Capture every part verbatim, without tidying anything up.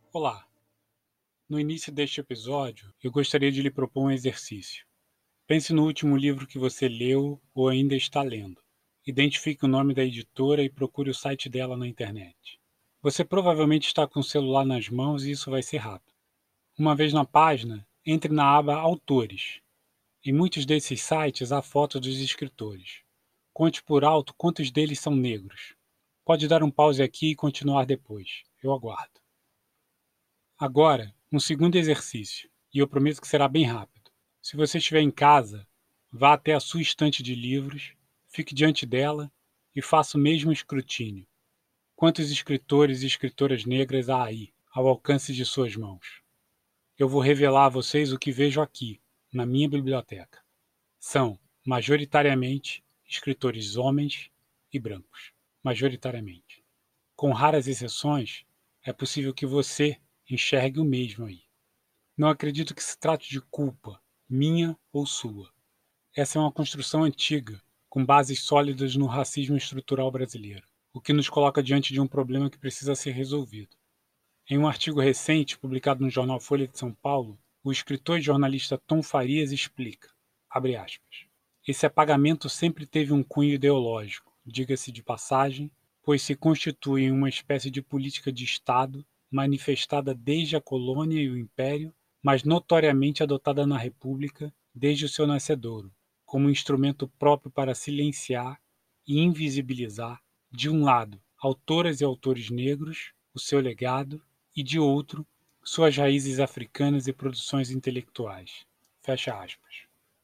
Olá! No início deste episódio, eu gostaria de lhe propor um exercício. Pense no último livro que você leu ou ainda está lendo. Identifique o nome da editora e procure o site dela na internet. Você provavelmente está com o celular nas mãos e isso vai ser rápido. Uma vez na página, entre na aba Autores. Em muitos desses sites há fotos dos escritores. Conte por alto quantos deles são negros. Pode dar um pause aqui e continuar depois. Eu aguardo. Agora, um segundo exercício, e eu prometo que será bem rápido. Se você estiver em casa, vá até a sua estante de livros, fique diante dela e faça o mesmo escrutínio. Quantos escritores e escritoras negras há aí, ao alcance de suas mãos? Eu vou revelar a vocês o que vejo aqui, na minha biblioteca. São, majoritariamente, escritores homens e brancos. Majoritariamente. Com raras exceções, é possível que você enxergue o mesmo aí. Não acredito que se trate de culpa, minha ou sua. Essa é uma construção antiga, com bases sólidas no racismo estrutural brasileiro, o que nos coloca diante de um problema que precisa ser resolvido. Em um artigo recente, publicado no jornal Folha de São Paulo, o escritor e jornalista Tom Farias explica, abre aspas, esse apagamento sempre teve um cunho ideológico, diga-se de passagem, pois se constitui em uma espécie de política de Estado manifestada desde a colônia e o Império, mas notoriamente adotada na República desde o seu nascedouro, como instrumento próprio para silenciar e invisibilizar, de um lado, autoras e autores negros, o seu legado, e de outro, suas raízes africanas e produções intelectuais. Fecha aspas.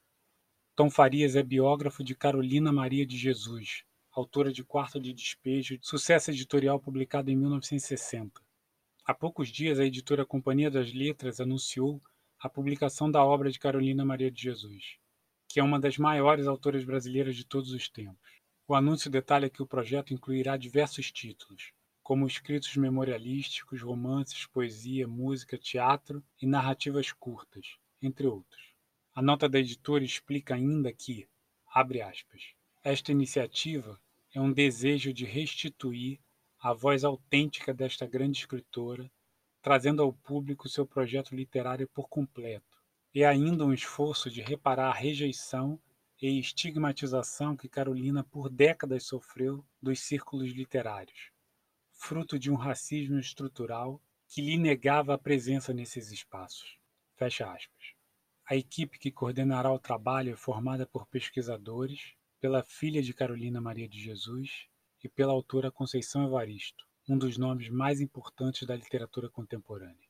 Tom Farias é biógrafo de Carolina Maria de Jesus, autora de Quarto de Despejo, sucesso editorial publicado em mil novecentos e sessenta. Há poucos dias, a editora Companhia das Letras anunciou a publicação da obra de Carolina Maria de Jesus, que é uma das maiores autoras brasileiras de todos os tempos. O anúncio detalha que o projeto incluirá diversos títulos, como escritos memorialísticos, romances, poesia, música, teatro e narrativas curtas, entre outros. A nota da editora explica ainda que, abre aspas, esta iniciativa é um desejo de restituir a voz autêntica desta grande escritora, trazendo ao público seu projeto literário por completo, e ainda um esforço de reparar a rejeição e estigmatização que Carolina por décadas sofreu dos círculos literários, fruto de um racismo estrutural que lhe negava a presença nesses espaços. Fecha aspas. A equipe que coordenará o trabalho é formada por pesquisadores, pela filha de Carolina Maria de Jesus e pela autora Conceição Evaristo, um dos nomes mais importantes da literatura contemporânea.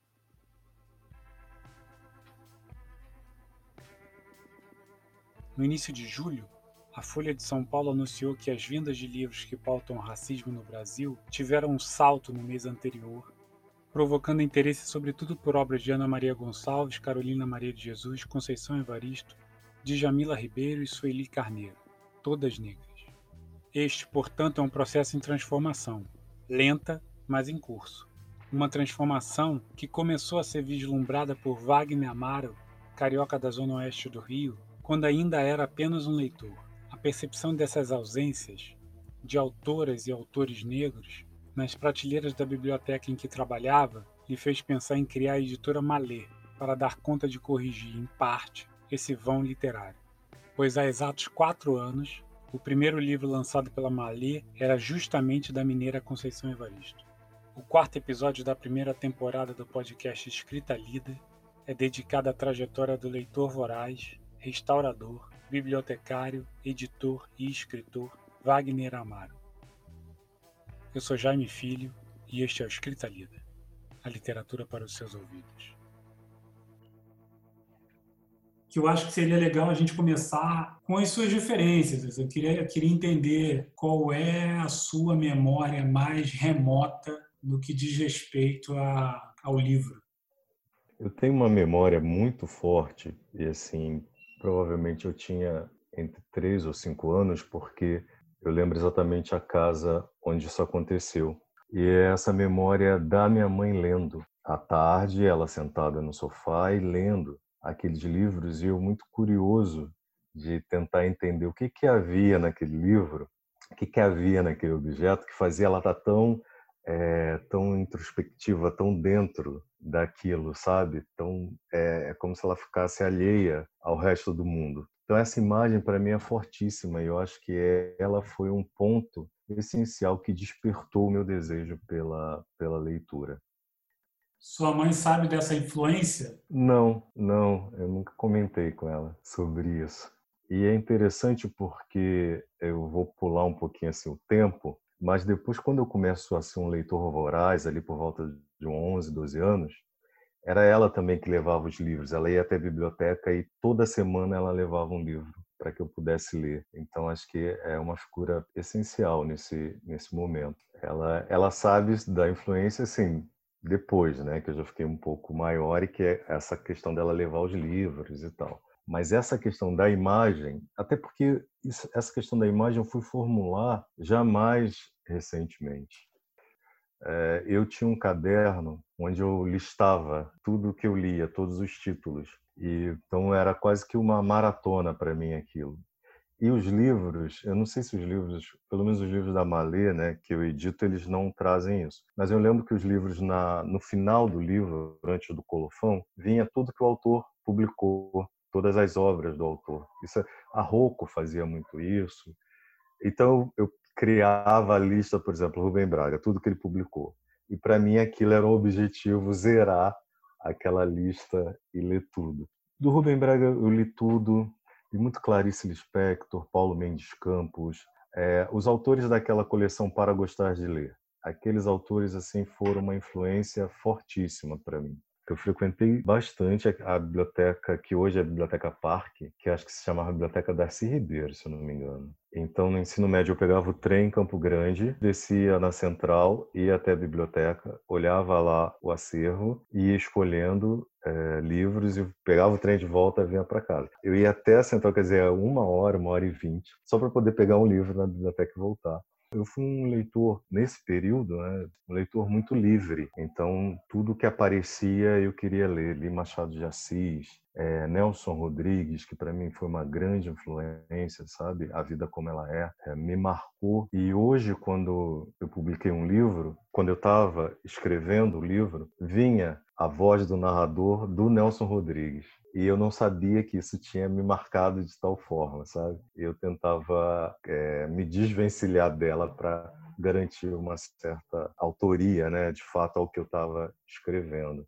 No início de julho, a Folha de São Paulo anunciou que as vendas de livros que pautam o racismo no Brasil tiveram um salto no mês anterior, provocando interesse sobretudo por obras de Ana Maria Gonçalves, Carolina Maria de Jesus, Conceição Evaristo, Djamila Ribeiro e Sueli Carneiro, todas negras. Este, portanto, é um processo em transformação, lenta, mas em curso. Uma transformação que começou a ser vislumbrada por Wagner Amaro, carioca da zona oeste do Rio, quando ainda era apenas um leitor. A percepção dessas ausências, de autoras e autores negros, nas prateleiras da biblioteca em que trabalhava, lhe fez pensar em criar a editora Malê, para dar conta de corrigir, em parte, esse vão literário. Pois há exatos quatro anos, o primeiro livro lançado pela Malê era justamente da mineira Conceição Evaristo. O quarto episódio da primeira temporada do podcast Escrita Lida é dedicado à trajetória do leitor voraz, restaurador, bibliotecário, editor e escritor Wagner Amaro. Eu sou Jaime Filho e este é o Escrita Lida, a literatura para os seus ouvidos. Que eu acho que seria legal a gente começar com as suas referências. Eu queria, eu queria entender qual é a sua memória mais remota no que diz respeito a, ao livro. Eu tenho uma memória muito forte e, assim, provavelmente eu tinha entre três ou cinco anos, porque eu lembro exatamente a casa onde isso aconteceu. E é essa memória da minha mãe lendo. À tarde, ela sentada no sofá e lendo aqueles livros, e eu muito curioso de tentar entender o que que havia naquele livro, o que que havia naquele objeto que fazia ela estar tão é tão introspectiva, tão dentro daquilo, sabe? Tão, é, é como se ela ficasse alheia ao resto do mundo. Então essa imagem para mim é fortíssima e eu acho que é- ela foi um ponto essencial que despertou o meu desejo pela, pela leitura. Sua mãe sabe dessa influência? Não, não, eu nunca comentei com ela sobre isso. E é interessante porque eu vou pular um pouquinho assim o tempo, mas depois quando eu começo a ser um leitor voraz, ali por volta de onze, doze anos, era ela também que levava os livros. Ela ia até a biblioteca e toda semana ela levava um livro para que eu pudesse ler. Então acho que é uma figura essencial nesse nesse momento. Ela ela sabe da influência assim depois, né, que eu já fiquei um pouco maior e que é essa questão dela levar os livros e tal. Mas essa questão da imagem, até porque isso, essa questão da imagem eu fui formular já mais recentemente. Eh, eu tinha um caderno onde eu listava tudo o que eu lia, todos os títulos. E então era quase que uma maratona para mim aquilo. E os livros, eu não sei se os livros, pelo menos os livros da Malê, né, que eu edito, eles não trazem isso. Mas eu lembro que os livros na no final do livro, antes do colofão, vinha tudo que o autor publicou, todas as obras do autor. Isso é, a Rocco fazia muito isso. Então eu criava a lista, por exemplo, Rubem Braga, tudo que ele publicou. E para mim aquilo era um objetivo, zerar aquela lista e ler tudo. Do Rubem Braga eu li tudo, li muito Clarice Lispector, Paulo Mendes Campos, eh, os autores daquela coleção Para Gostar de Ler. Aqueles autores assim foram uma influência fortíssima para mim. Eu frequentei bastante a, a biblioteca que hoje é a Biblioteca Parque, que acho que se chamava Biblioteca Darcy Ribeiro, se eu não me engano. Então, no ensino médio, eu pegava o trem em Campo Grande, descia na central, ia até a biblioteca, olhava lá o acervo e ia escolhendo eh, livros e pegava o trem de volta e vinha para casa. Eu ia até a central, quer dizer, uma hora, uma hora e vinte, só para poder pegar um livro na biblioteca e voltar. Eu fui um leitor, nesse período, né, um leitor muito livre. Então, tudo que aparecia eu queria ler. Li Machado de Assis, é, Nelson Rodrigues, que para mim foi uma grande influência, sabe? A Vida Como Ela É, é, me marcou. E hoje, quando eu publiquei um livro, quando eu estava escrevendo o livro, vinha a voz do narrador do Nelson Rodrigues. E eu não sabia que isso tinha me marcado de tal forma, sabe? Eu tentava é, me desvencilhar dela para garantir uma certa autoria, né, de fato, ao que eu estava escrevendo.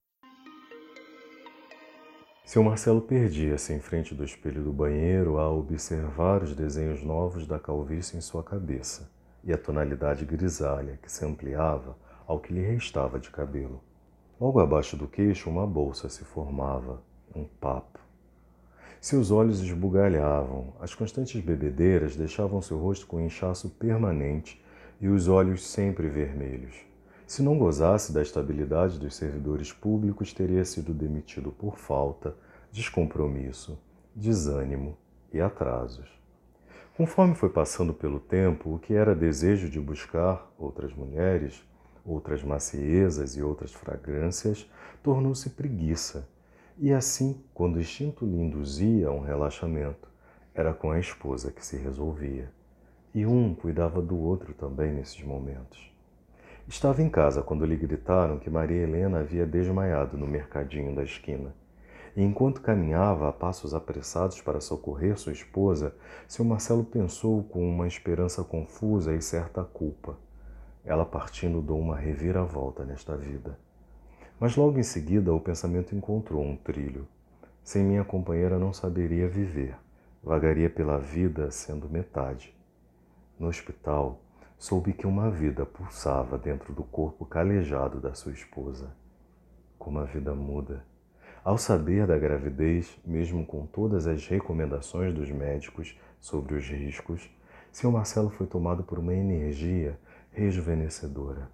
Seu Marcelo perdia-se em frente do espelho do banheiro a observar os desenhos novos da calvície em sua cabeça e a tonalidade grisalha que se ampliava ao que lhe restava de cabelo. Logo abaixo do queixo, uma bolsa se formava, um papo. Seus olhos esbugalhavam, as constantes bebedeiras deixavam seu rosto com inchaço permanente e os olhos sempre vermelhos. Se não gozasse da estabilidade dos servidores públicos, teria sido demitido por falta, descompromisso, desânimo e atrasos. Conforme foi passando pelo tempo, o que era desejo de buscar outras mulheres, outras maciezas e outras fragrâncias, tornou-se preguiça. E assim, quando o instinto lhe induzia a um relaxamento, era com a esposa que se resolvia. E um cuidava do outro também nesses momentos. Estava em casa quando lhe gritaram que Maria Helena havia desmaiado no mercadinho da esquina. E enquanto caminhava a passos apressados para socorrer sua esposa, seu Marcelo pensou com uma esperança confusa e certa culpa. Ela partindo dou uma reviravolta nesta vida. Mas logo em seguida o pensamento encontrou um trilho. Sem minha companheira não saberia viver. Vagaria pela vida sendo metade. No hospital, soube que uma vida pulsava dentro do corpo calejado da sua esposa. Como a vida muda. Ao saber da gravidez, mesmo com todas as recomendações dos médicos sobre os riscos, seu Marcelo foi tomado por uma energia rejuvenescedora.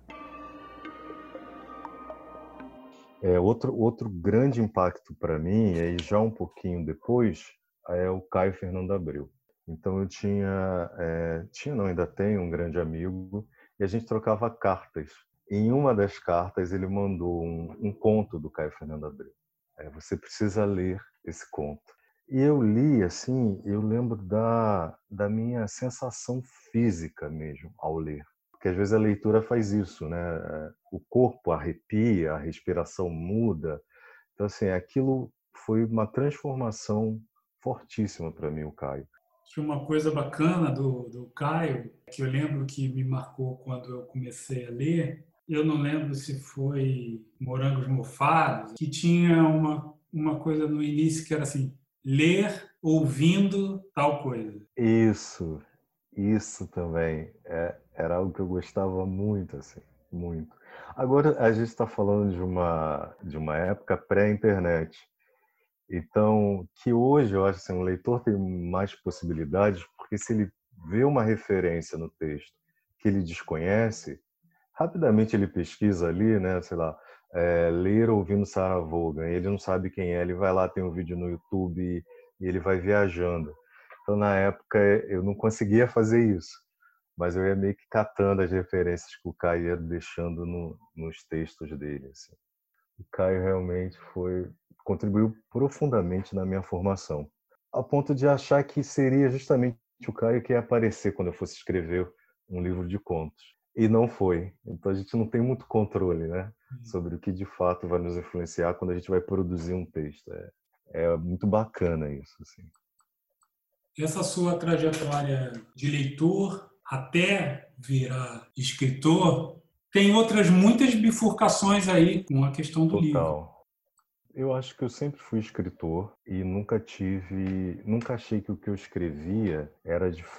É, outro, outro grande impacto para mim, e aí já um pouquinho depois, é o Caio Fernando Abreu. Então eu tinha, é, tinha não, ainda tenho um grande amigo, e a gente trocava cartas. Em uma das cartas ele mandou um, um conto do Caio Fernando Abreu. É, você precisa ler esse conto. E eu li, assim, eu lembro da, da minha sensação física mesmo ao ler. Porque às vezes a leitura faz isso, né? O corpo arrepia, a respiração muda. Então, assim, aquilo foi uma transformação fortíssima para mim, o Caio. Que uma coisa bacana do, do Caio, que eu lembro que me marcou quando eu comecei a ler, eu não lembro se foi Morangos Mofados, que tinha uma, uma coisa no início que era assim, ler ouvindo tal coisa. Isso, isso também. É, era algo que eu gostava muito, assim, muito. Agora, a gente está falando de uma, de uma época pré-internet. Então, que hoje eu acho assim, um leitor tem mais possibilidades, porque se ele vê uma referência no texto que ele desconhece, rapidamente ele pesquisa ali, né, sei lá, é, ler ouvindo Sarah Vaughan, ele não sabe quem é, ele vai lá, tem um vídeo no YouTube e, e ele vai viajando. Então, na época, eu não conseguia fazer isso, mas eu ia meio que catando as referências que o Caio ia deixando no, nos textos dele. Assim. O Caio realmente foi contribuiu profundamente na minha formação, a ponto de achar que seria justamente o Caio que ia aparecer quando eu fosse escrever um livro de contos. E não foi. Então a gente não tem muito controle, né, sobre o que de fato vai nos influenciar quando a gente vai produzir um texto. É, é muito bacana isso, assim. Essa sua trajetória de leitor até virar escritor tem outras muitas bifurcações aí com a questão do livro. Total. Eu acho que eu sempre fui escritor e nunca tive, nunca achei que o que eu escrevia era de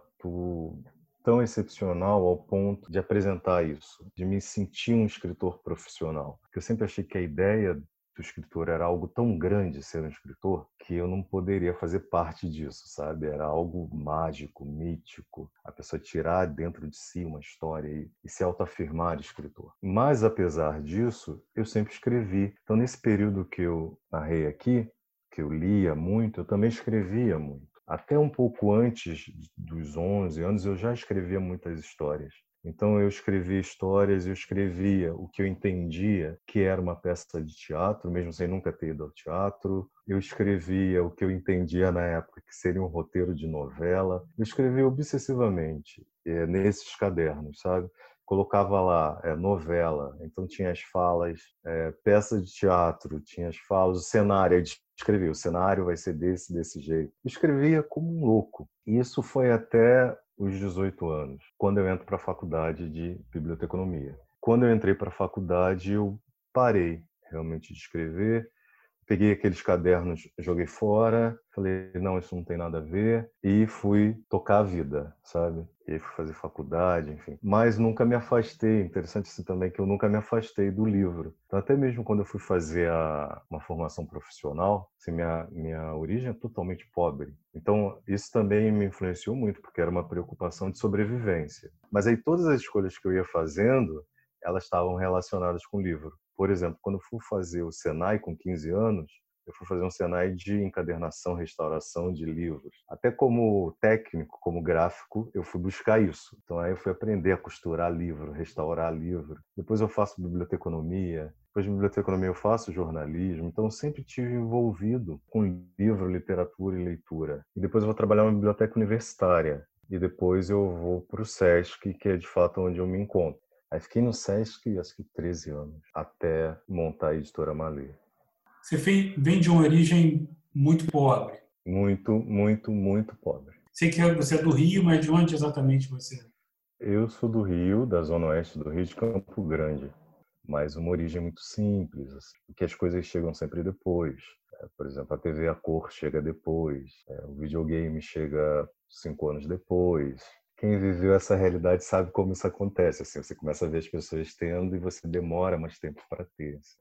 fato tão excepcional ao ponto de apresentar isso, de me sentir um escritor profissional. Porque eu sempre achei que a ideia do escritor era algo tão grande, ser um escritor, que eu não poderia fazer parte disso, sabe? Era algo mágico, mítico, a pessoa tirar dentro de si uma história e, e se autoafirmar escritor. Mas, apesar disso, eu sempre escrevi. Então, nesse período que eu narrei aqui, que eu lia muito, eu também escrevia muito. Até um pouco antes dos onze anos, eu já escrevia muitas histórias. Então eu escrevia histórias, eu escrevia o que eu entendia que era uma peça de teatro, mesmo sem nunca ter ido ao teatro. Eu escrevia o que eu entendia na época que seria um roteiro de novela. Eu escrevia obsessivamente é, nesses cadernos, sabe? Colocava lá é, novela, então tinha as falas, é, peça de teatro, tinha as falas, o cenário, eu escrevia, o cenário vai ser desse, desse jeito. Eu escrevia como um louco. E isso foi até os dezoito anos, quando eu entro para a faculdade de biblioteconomia. Quando eu entrei para a faculdade, eu parei realmente de escrever, peguei aqueles cadernos, joguei fora, falei, não, isso não tem nada a ver, e fui tocar a vida, sabe? E aí fui fazer faculdade, enfim. Mas nunca me afastei, interessante assim também que eu nunca me afastei do livro. Então, até mesmo quando eu fui fazer a, uma formação profissional, assim, minha, minha origem é totalmente pobre. Então, isso também me influenciou muito, porque era uma preocupação de sobrevivência. Mas aí todas as escolhas que eu ia fazendo, elas estavam relacionadas com o livro. Por exemplo, quando eu fui fazer o Senai com quinze anos, eu fui fazer um Senai de encadernação, restauração de livros. Até como técnico, como gráfico, eu fui buscar isso. Então aí eu fui aprender a costurar livro, restaurar livro. Depois eu faço biblioteconomia. Depois de biblioteconomia eu faço jornalismo. Então eu sempre tive envolvido com livro, literatura e leitura. E depois eu vou trabalhar na biblioteca universitária. E depois eu vou para o SESC, que é de fato onde eu me encontro. Aí fiquei no SESC, acho que treze anos, até montar a Editora Malê. Você vem de uma origem muito pobre. Muito, muito, muito pobre. Sei que você é do Rio, mas de onde exatamente você é? Eu sou do Rio, da zona oeste do Rio, de Campo Grande. Mas uma origem muito simples, assim, porque as coisas chegam sempre depois. É, por exemplo, a T V a cor chega depois, é, o videogame chega cinco anos depois. Quem viveu essa realidade sabe como isso acontece. Assim, você começa a ver as pessoas tendo e você demora mais tempo para ter. Assim.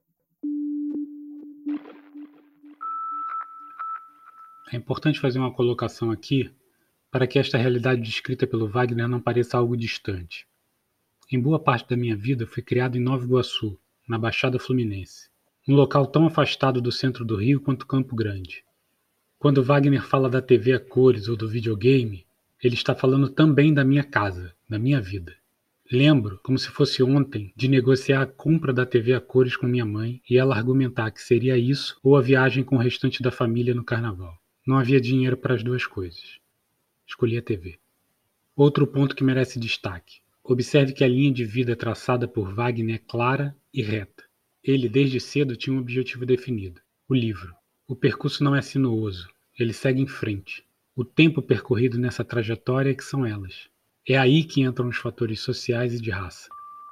É importante fazer uma colocação aqui para que esta realidade descrita pelo Wagner não pareça algo distante. Em boa parte da minha vida fui criado em Nova Iguaçu, na Baixada Fluminense, um local tão afastado do centro do Rio quanto Campo Grande. Quando Wagner fala da T V a cores ou do videogame, ele está falando também da minha casa, da minha vida. Lembro, como se fosse ontem, de negociar a compra da T V a cores com minha mãe e ela argumentar que seria isso ou a viagem com o restante da família no carnaval. Não havia dinheiro para as duas coisas. Escolhi a T V. Outro ponto que merece destaque. Observe que a linha de vida traçada por Wagner é clara e reta. Ele, desde cedo, tinha um objetivo definido: o livro. O percurso não é sinuoso, ele segue em frente. O tempo percorrido nessa trajetória é que são elas. É aí que entram os fatores sociais e de raça.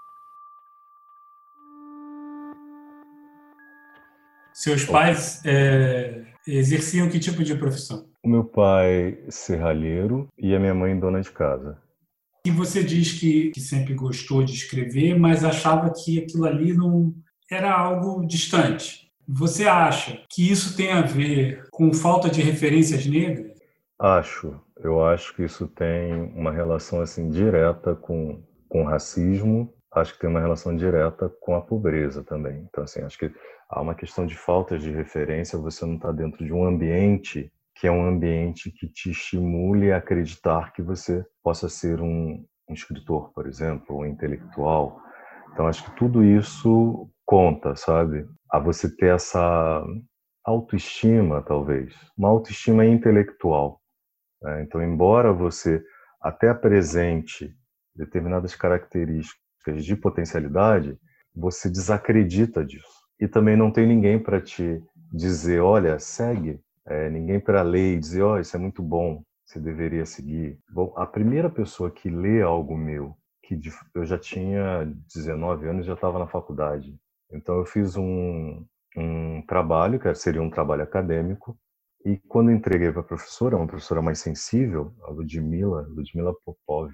Seus pais é, exerciam que tipo de profissão? O meu pai, serralheiro, e a minha mãe, dona de casa. E você diz que, que sempre gostou de escrever, mas achava que aquilo ali não era algo distante. Você acha que isso tem a ver com falta de referências negras? Acho. Eu acho que isso tem uma relação assim direta com, com o racismo. Acho que tem uma relação direta com a pobreza também. Então, assim, acho que há uma questão de falta de referência. Você não está dentro de um ambiente que é um ambiente que te estimule a acreditar que você possa ser um, um escritor, por exemplo, um intelectual. Então, acho que tudo isso conta, sabe? A você ter essa autoestima, talvez. Uma autoestima intelectual. Né? Então, embora você até apresente determinadas características de potencialidade, você desacredita disso. E também não tem ninguém para te dizer, olha, segue. É, ninguém para ler e dizer, ó, oh, isso é muito bom, você deveria seguir. Bom, a primeira pessoa que lê algo meu, que eu já tinha dezenove anos, já estava na faculdade. Então eu fiz um, um trabalho, que seria um trabalho acadêmico, e quando entreguei para a professora, uma professora mais sensível, a Ludmila, Ludmila Popov,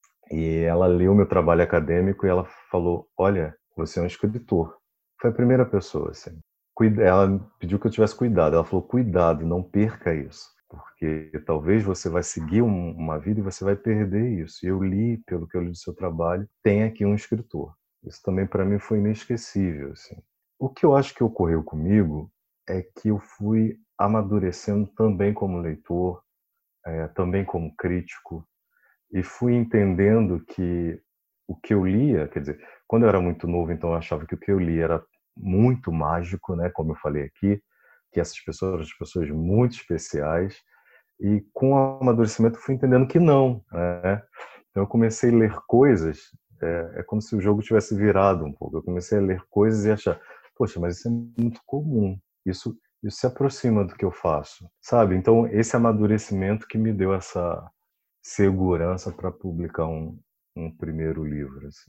e ela leu meu trabalho acadêmico e ela falou, olha, você é um escritor. Foi a primeira pessoa, assim. Ela pediu que eu tivesse cuidado. Ela falou, cuidado, não perca isso. Porque talvez você vai seguir uma vida e você vai perder isso. E eu li, pelo que eu li do seu trabalho, tem aqui um escritor. Isso também para mim foi inesquecível, assim. O que eu acho que ocorreu comigo é que eu fui amadurecendo também como leitor, é, também como crítico, e fui entendendo que o que eu lia, quer dizer, quando eu era muito novo, então eu achava que o que eu lia era muito mágico, né, como eu falei aqui, que essas pessoas eram pessoas muito especiais, e com o amadurecimento fui entendendo que não, né? Então eu comecei a ler coisas, é, é como se o jogo tivesse virado um pouco, eu comecei a ler coisas e achar, poxa, mas isso é muito comum, isso, isso se aproxima do que eu faço, sabe? Então esse amadurecimento que me deu essa segurança para publicar um, um primeiro livro, assim.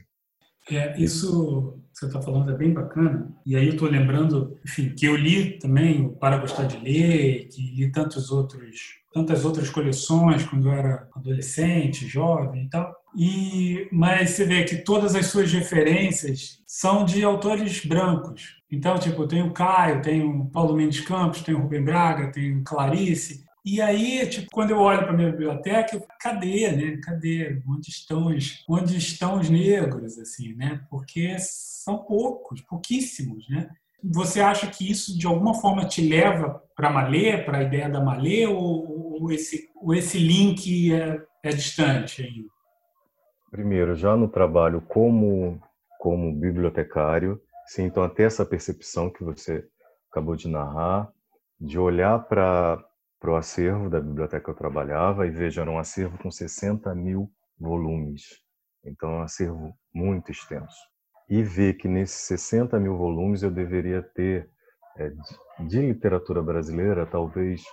É, isso que você está falando é bem bacana. E aí eu estou lembrando, enfim, que eu li também o Para Gostar de Ler, que li tantos outros, tantas outras coleções quando eu era adolescente, jovem e tal. E, mas você vê que todas as suas referências são de autores brancos. Então, tipo, tem o Caio, tem o Paulo Mendes Campos, tem o Rubem Braga, tem o Clarice. E aí, tipo, quando eu olho para a minha biblioteca, eu, cadê, né? Cadê? Onde estão os, onde estão os negros, assim, né? Porque são poucos, pouquíssimos, né? Você acha que isso, de alguma forma, te leva para a Malê, para a ideia da Malê, ou, ou, esse, ou esse link é, é distante ainda? Primeiro, já no trabalho como, como bibliotecário, sim, então até essa percepção que você acabou de narrar, de olhar para para o acervo da biblioteca que eu trabalhava e veja, era um acervo com sessenta mil volumes. Então, é um acervo muito extenso. E ver que nesses sessenta mil volumes eu deveria ter, é, de, de literatura brasileira, talvez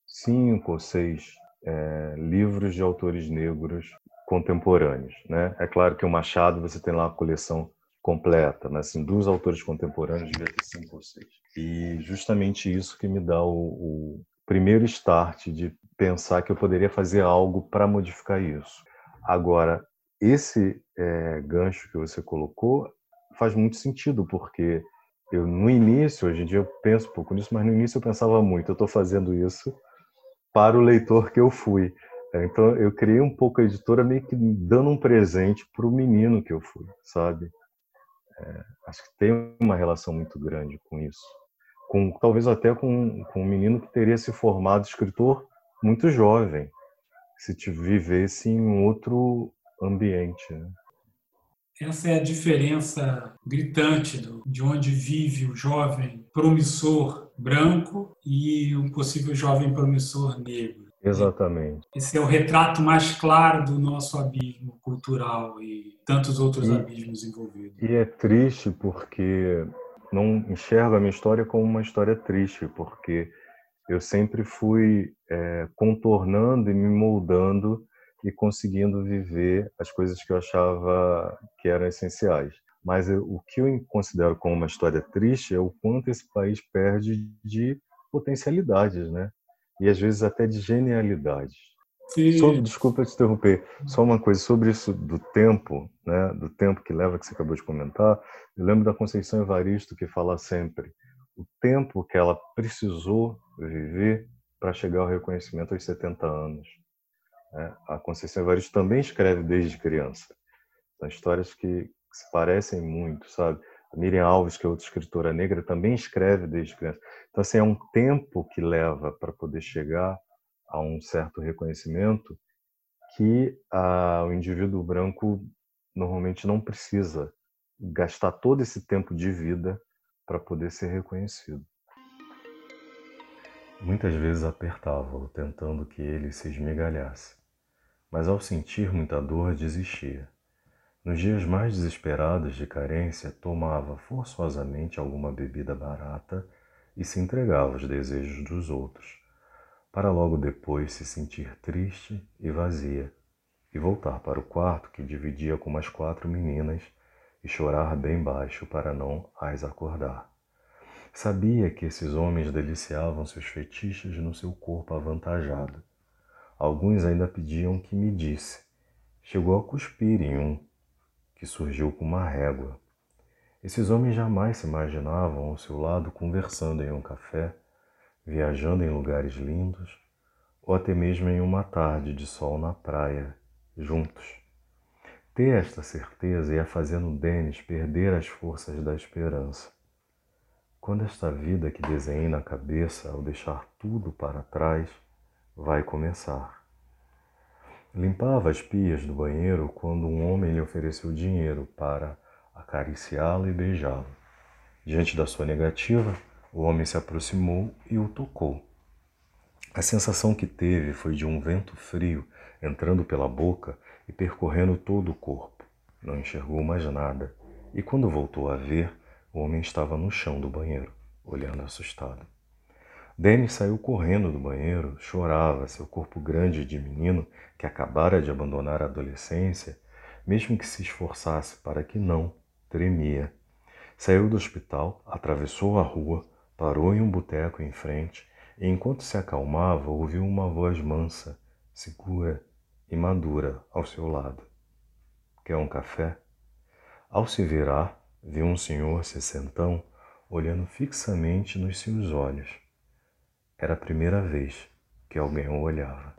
cinco ou seis é, livros de autores negros contemporâneos, né? É claro que o Machado, você tem lá a coleção completa, mas assim, dos autores contemporâneos devia ter cinco ou seis. E justamente isso que me dá o, o primeiro start de pensar que eu poderia fazer algo para modificar isso. Agora, esse é, gancho que você colocou faz muito sentido, porque eu no início, hoje em dia eu penso um pouco nisso, mas no início eu pensava muito, eu estou fazendo isso para o leitor que eu fui. Então eu criei um pouco a editora meio que dando um presente para o menino que eu fui, sabe? É, acho que tem uma relação muito grande com isso. Com, talvez até com, com um menino que teria se formado escritor muito jovem, se te vivesse em um outro ambiente, né? Essa é a diferença gritante do, de onde vive o jovem promissor branco e um possível jovem promissor negro. Exatamente. Esse é o retrato mais claro do nosso abismo cultural e tantos outros E, abismos envolvidos. e é triste porque não enxergo a minha história como uma história triste, porque eu sempre fui é, contornando e me moldando e conseguindo viver as coisas que eu achava que eram essenciais. Mas eu, o que eu considero como uma história triste é o quanto esse país perde de potencialidades, né? E às vezes até de genialidades. Sobre, E, desculpa te interromper, só uma coisa sobre isso do tempo, né? Do tempo que leva, que você acabou de comentar. Eu lembro da Conceição Evaristo que fala sempre o tempo que ela precisou viver para chegar ao reconhecimento aos setenta anos. Né? A Conceição Evaristo também escreve desde criança. São histórias que, que se parecem muito, sabe? A Miriam Alves, que é outra escritora negra, também escreve desde criança. Então, assim, é um tempo que leva para poder chegar a um certo reconhecimento que ah, o indivíduo branco normalmente não precisa gastar todo esse tempo de vida para poder ser reconhecido. Muitas vezes apertava-o, tentando que ele se esmigalhasse, mas ao sentir muita dor desistia. Nos dias mais desesperados de carência, tomava forçosamente alguma bebida barata e se entregava aos desejos dos outros, para logo depois se sentir triste e vazia, e voltar para o quarto que dividia com umas quatro meninas e chorar bem baixo para não as acordar. Sabia que esses homens deliciavam seus fetiches no seu corpo avantajado. Alguns ainda pediam que me disse. Chegou a cuspir em um, que surgiu com uma régua. Esses homens jamais se imaginavam ao seu lado conversando em um café, viajando em lugares lindos, ou até mesmo em uma tarde de sol na praia, juntos. Ter esta certeza ia fazendo Denis perder as forças da esperança. Quando esta vida que desenhei na cabeça, ao deixar tudo para trás, vai começar. Limpava as pias do banheiro quando um homem lhe ofereceu dinheiro para acariciá-lo e beijá-lo. Diante da sua negativa, o homem se aproximou e o tocou. A sensação que teve foi de um vento frio entrando pela boca e percorrendo todo o corpo. Não enxergou mais nada, e quando voltou a ver, o homem estava no chão do banheiro, olhando assustado. Denis saiu correndo do banheiro, chorava, seu corpo grande de menino que acabara de abandonar a adolescência, mesmo que se esforçasse para que não, tremia. Saiu do hospital, atravessou a rua, parou em um boteco em frente e, enquanto se acalmava, ouviu uma voz mansa, segura e madura ao seu lado. Quer um café? Ao se virar, viu um senhor sessentão olhando fixamente nos seus olhos. Era a primeira vez que alguém o olhava.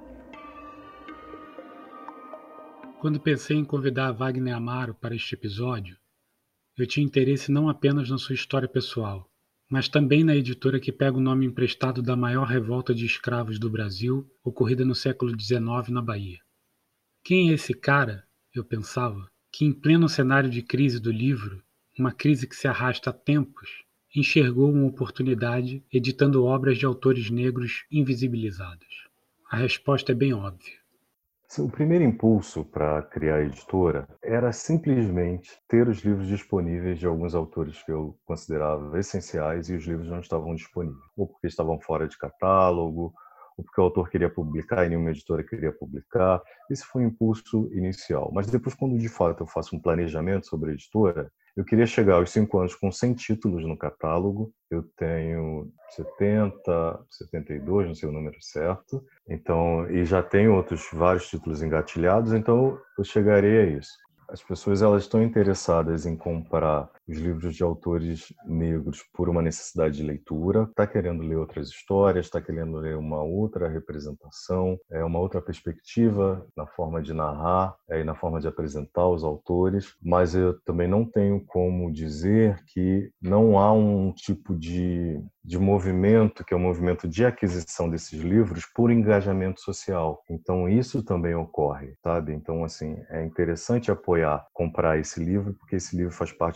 Quando pensei em convidar Wagner Amaro para este episódio, eu tinha interesse não apenas na sua história pessoal, mas também na editora que pega o nome emprestado da maior revolta de escravos do Brasil, ocorrida no século dezenove na Bahia. Quem é esse cara, eu pensava, que em pleno cenário de crise do livro, uma crise que se arrasta há tempos, enxergou uma oportunidade editando obras de autores negros invisibilizados? A resposta é bem óbvia. O primeiro impulso para criar a editora era simplesmente ter os livros disponíveis de alguns autores que eu considerava essenciais e os livros não estavam disponíveis, ou porque estavam fora de catálogo, ou porque o autor queria publicar e nenhuma editora queria publicar. Esse foi o impulso inicial. Mas depois, quando de fato eu faço um planejamento sobre a editora, eu queria chegar aos cinco anos com cem títulos no catálogo. Eu tenho setenta, setenta e dois, não sei o número certo. Então, e já tenho outros vários títulos engatilhados, então eu chegarei a isso. As pessoas elas estão interessadas em comprar os livros de autores negros por uma necessidade de leitura, está querendo ler outras histórias, está querendo ler uma outra representação, é uma outra perspectiva na forma de narrar é, e na forma de apresentar os autores, mas eu também não tenho como dizer que não há um tipo de, de movimento, que é o movimento de aquisição desses livros por engajamento social. Então isso também ocorre, sabe? Então, assim, é interessante apoiar, comprar esse livro, porque esse livro faz parte de uma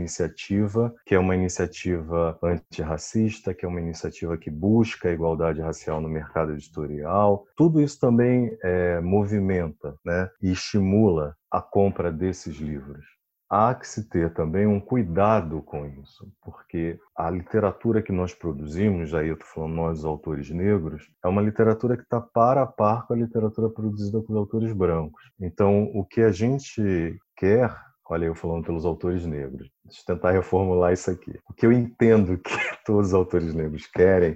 iniciativa, que é uma iniciativa antirracista, que é uma iniciativa que busca a igualdade racial no mercado editorial. Tudo isso também é, movimenta, né, e estimula a compra desses livros. Há que se ter também um cuidado com isso, porque a literatura que nós produzimos, aí eu estou falando nós, os autores negros, é uma literatura que está par a par com a literatura produzida pelos autores brancos. Então, o que a gente quer, olha eu falando pelos autores negros, deixa eu tentar reformular isso aqui. O que eu entendo que todos os autores negros querem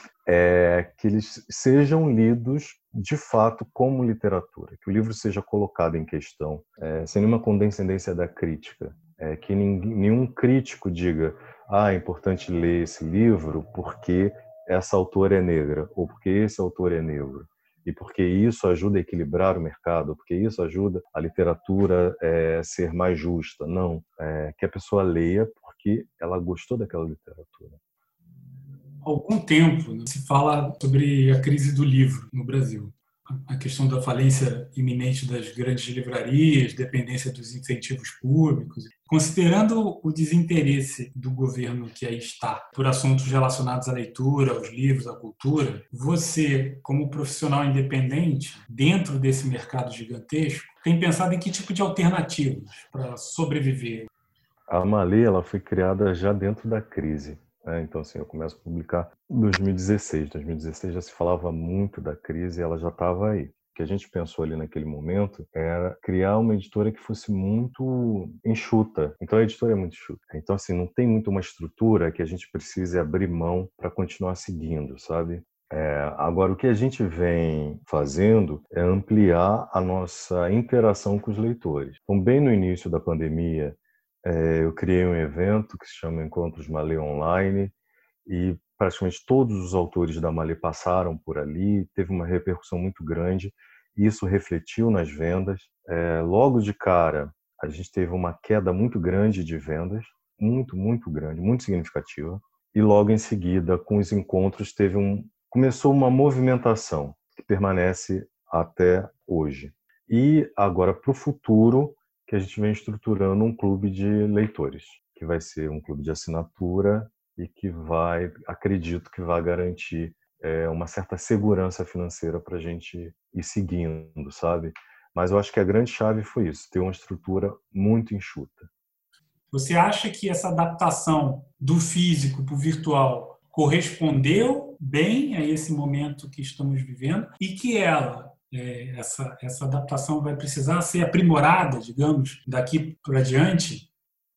é que eles sejam lidos de fato como literatura, que o livro seja colocado em questão, é, sem nenhuma condescendência da crítica, é, que ninguém, nenhum crítico diga ah, é importante ler esse livro porque essa autora é negra, ou porque esse autor é negro, e porque isso ajuda a equilibrar o mercado, ou porque isso ajuda a literatura é, ser mais justa. Não, é, que a pessoa leia porque ela gostou daquela literatura. Há algum tempo, né, se fala sobre a crise do livro no Brasil. A questão da falência iminente das grandes livrarias, dependência dos incentivos públicos. Considerando o desinteresse do governo que aí está por assuntos relacionados à leitura, aos livros, à cultura, você, como profissional independente, dentro desse mercado gigantesco, tem pensado em que tipo de alternativas para sobreviver? A Malê, ela foi criada já dentro da crise. Então, assim, eu começo a publicar em dois mil e dezesseis. Em dois mil e dezesseis já se falava muito da crise e ela já estava aí. O que a gente pensou ali naquele momento era criar uma editora que fosse muito enxuta. Então, a editora é muito enxuta. Então, assim, não tem muito uma estrutura que a gente precise abrir mão para continuar seguindo, sabe? É, agora, o que a gente vem fazendo é ampliar a nossa interação com os leitores. Então, bem no início da pandemia, eu criei um evento que se chama Encontros Malê Online e praticamente todos os autores da Malê passaram por ali, teve uma repercussão muito grande, e isso refletiu nas vendas. É, logo de cara, a gente teve uma queda muito grande de vendas, muito, muito grande, muito significativa, e logo em seguida, com os encontros, teve um, começou uma movimentação que permanece até hoje. E agora, para o futuro, que a gente vem estruturando um clube de leitores, que vai ser um clube de assinatura e que vai, acredito que vai garantir é, uma certa segurança financeira para a gente ir seguindo, sabe? Mas eu acho que a grande chave foi isso, ter uma estrutura muito enxuta. Você acha que essa adaptação do físico para o virtual correspondeu bem a esse momento que estamos vivendo e que ela Essa, essa adaptação vai precisar ser aprimorada, digamos, daqui para diante?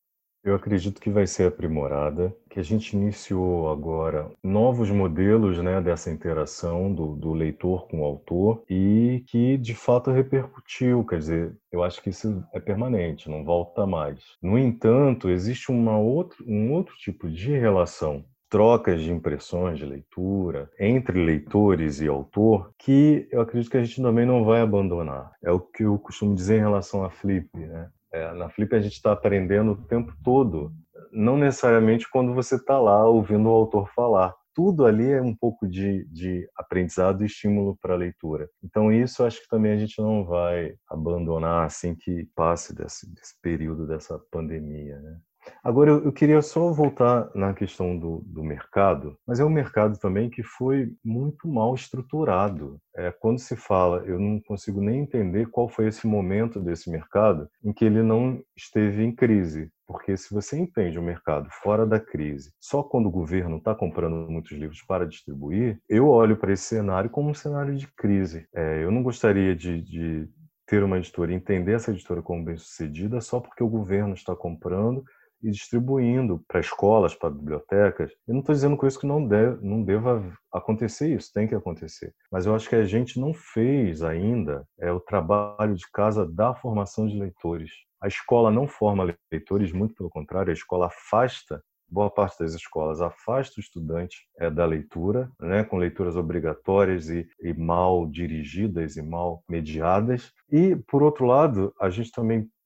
Eu acredito que vai ser aprimorada, que a gente iniciou agora novos modelos, né, dessa interação do, do leitor com o autor e que de fato repercutiu, quer dizer, eu acho que isso é permanente, não volta mais. No entanto, existe uma outro, um outro tipo de relação, trocas de impressões de leitura entre leitores e autor, que eu acredito que a gente também não vai abandonar. É o que eu costumo dizer em relação à Flip, né? É, na Flip a gente está aprendendo o tempo todo, não necessariamente quando você está lá ouvindo o autor falar. Tudo ali é um pouco de, de aprendizado e estímulo para a leitura. Então isso acho que também a gente não vai abandonar assim que passe desse, desse período dessa pandemia, né? Agora, eu queria só voltar na questão do, do mercado, mas é um mercado também que foi muito mal estruturado. É, quando se fala, eu não consigo nem entender qual foi esse momento desse mercado em que ele não esteve em crise. Porque se você entende o mercado fora da crise, só quando o governo está comprando muitos livros para distribuir, eu olho para esse cenário como um cenário de crise. É, eu não gostaria de... de ter uma editora e entender essa editora como bem-sucedida só porque o governo está comprando e distribuindo para escolas, para bibliotecas. Eu não estou dizendo com isso que não, deve, não deva acontecer isso, tem que acontecer. Mas eu acho que a gente não fez ainda é, o trabalho de casa da formação de leitores. A escola não forma leitores, muito pelo contrário, a escola afasta, boa parte das escolas afasta o estudante é, da leitura, né, com leituras obrigatórias e, e mal dirigidas e mal mediadas. E, por outro lado, a gente também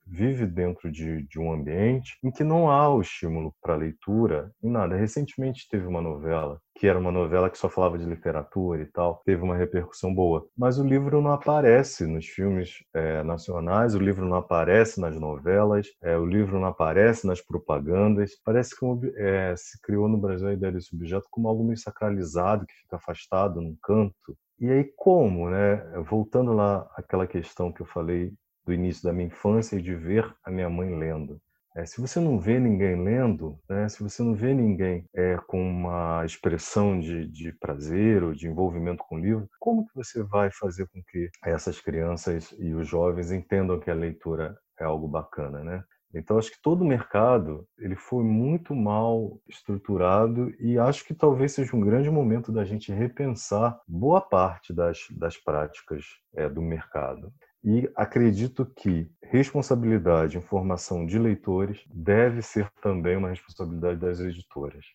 vive dentro de, de um ambiente em que não há o estímulo para leitura em nada. Recentemente teve uma novela, que era uma novela que só falava de literatura e tal, teve uma repercussão boa, mas o livro não aparece nos filmes é, nacionais, o livro não aparece nas novelas, é, o livro não aparece nas propagandas. Parece que um, é, se criou no Brasil a ideia desse objeto como algo meio sacralizado, que fica afastado num canto. E aí como, né? Voltando lá àquela questão que eu falei do início da minha infância e de ver a minha mãe lendo. É, se você não vê ninguém lendo, né, se você não vê ninguém é, com uma expressão de, de prazer ou de envolvimento com o livro, como que você vai fazer com que essas crianças e os jovens entendam que a leitura é algo bacana, né? Então, acho que todo o mercado ele foi muito mal estruturado e acho que talvez seja um grande momento da gente repensar boa parte das, das práticas é, do mercado. E acredito que responsabilidade em formação de leitores deve ser também uma responsabilidade das editoras.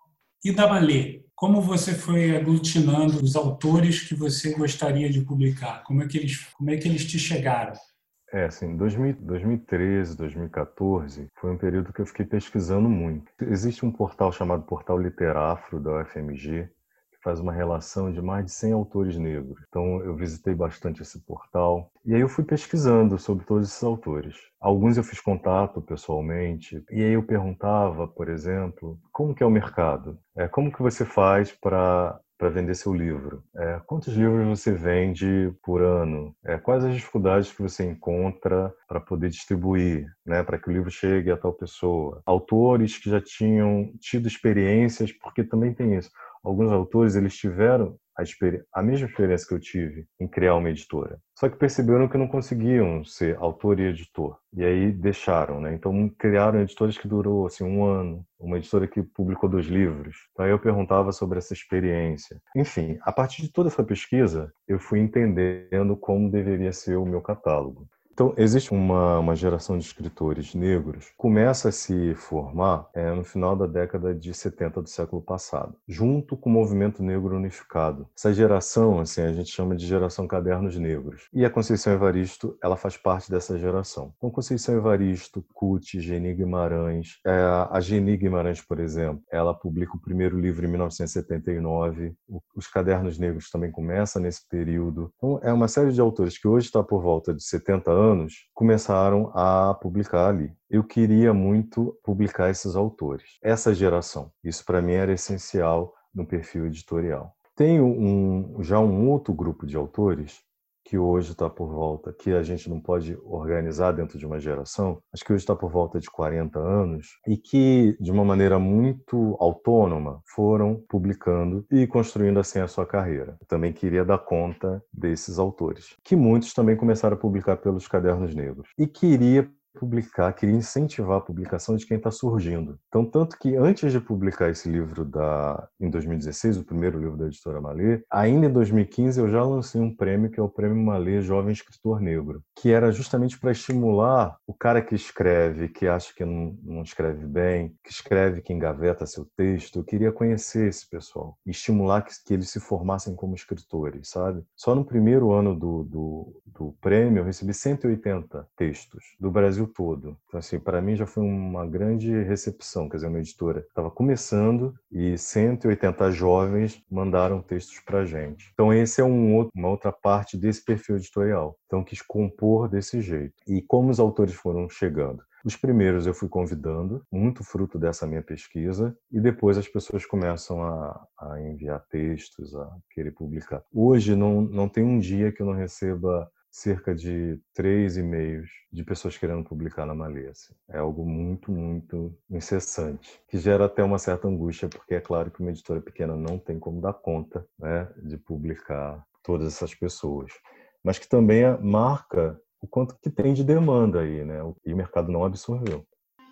E da Malê, como você foi aglutinando os autores que você gostaria de publicar? Como é que eles, como é que eles te chegaram? É, assim, dois mil, dois mil e treze, dois mil e quatorze foi um período que eu fiquei pesquisando muito. Existe um portal chamado Portal Literafro da U F M G, que faz uma relação de mais de cem autores negros. Então eu visitei bastante esse portal e aí eu fui pesquisando sobre todos esses autores. Alguns eu fiz contato pessoalmente e aí eu perguntava, por exemplo, como que é o mercado? É, como que você faz para para vender seu livro? É, quantos livros você vende por ano? É, quais as dificuldades que você encontra para poder distribuir, né, para que o livro chegue a tal pessoa? Autores que já tinham tido experiências, porque também tem isso. Alguns autores eles tiveram a, a mesma experiência que eu tive em criar uma editora, só que perceberam que não conseguiam ser autor e editor, e aí deixaram, né? Então criaram editoras que durou assim um ano, uma editora que publicou dois livros. Então aí eu perguntava sobre essa experiência. Enfim, a partir de toda essa pesquisa, eu fui entendendo como deveria ser o meu catálogo. Então, existe uma, uma geração de escritores negros que começa a se formar é, no final da década de setenta do século passado, junto com o movimento negro unificado. Essa geração, assim, a gente chama de geração Cadernos Negros. E a Conceição Evaristo, ela faz parte dessa geração. Então, Conceição Evaristo, Cuti, Geni Guimarães. É, a Geni Guimarães, por exemplo, ela publica o primeiro livro em mil novecentos e setenta e nove. Os Cadernos Negros também começam nesse período. Então, é uma série de autores que hoje está por volta de setenta anos anos, começaram a publicar ali. Eu queria muito publicar esses autores, essa geração. Isso para mim era essencial no perfil editorial. Tenho um, já um outro grupo de autores que hoje está por volta, que a gente não pode organizar dentro de uma geração, acho que hoje está por volta de quarenta anos, e que, de uma maneira muito autônoma, foram publicando e construindo assim a sua carreira. Eu também queria dar conta desses autores, que muitos também começaram a publicar pelos Cadernos Negros. E queria publicar, queria incentivar a publicação de quem está surgindo. Então, tanto que antes de publicar esse livro da, em dois mil e dezesseis, o primeiro livro da editora Malê, ainda em dois mil e quinze eu já lancei um prêmio que é o Prêmio Malê Jovem Escritor Negro, que era justamente para estimular o cara que escreve, que acha que não, não escreve bem, que escreve, que engaveta seu texto. Eu queria conhecer esse pessoal e estimular que, que eles se formassem como escritores, sabe? Só no primeiro ano do, do, do prêmio eu recebi cento e oitenta textos do Brasil todo. Então, assim, para mim já foi uma grande recepção, quer dizer, uma editora estava começando e cento e oitenta jovens mandaram textos para a gente. Então, esse é um outro, uma outra parte desse perfil editorial. Então, quis compor desse jeito. E como os autores foram chegando? Os primeiros eu fui convidando, muito fruto dessa minha pesquisa, e depois as pessoas começam a, a enviar textos, a querer publicar. Hoje não, não tem um dia que eu não receba cerca de três e-mails de pessoas querendo publicar na Malê. Assim. É algo muito, muito incessante, que gera até uma certa angústia, porque é claro que uma editora pequena não tem como dar conta, né, de publicar todas essas pessoas, mas que também marca o quanto que tem de demanda aí, né, e o mercado não absorveu.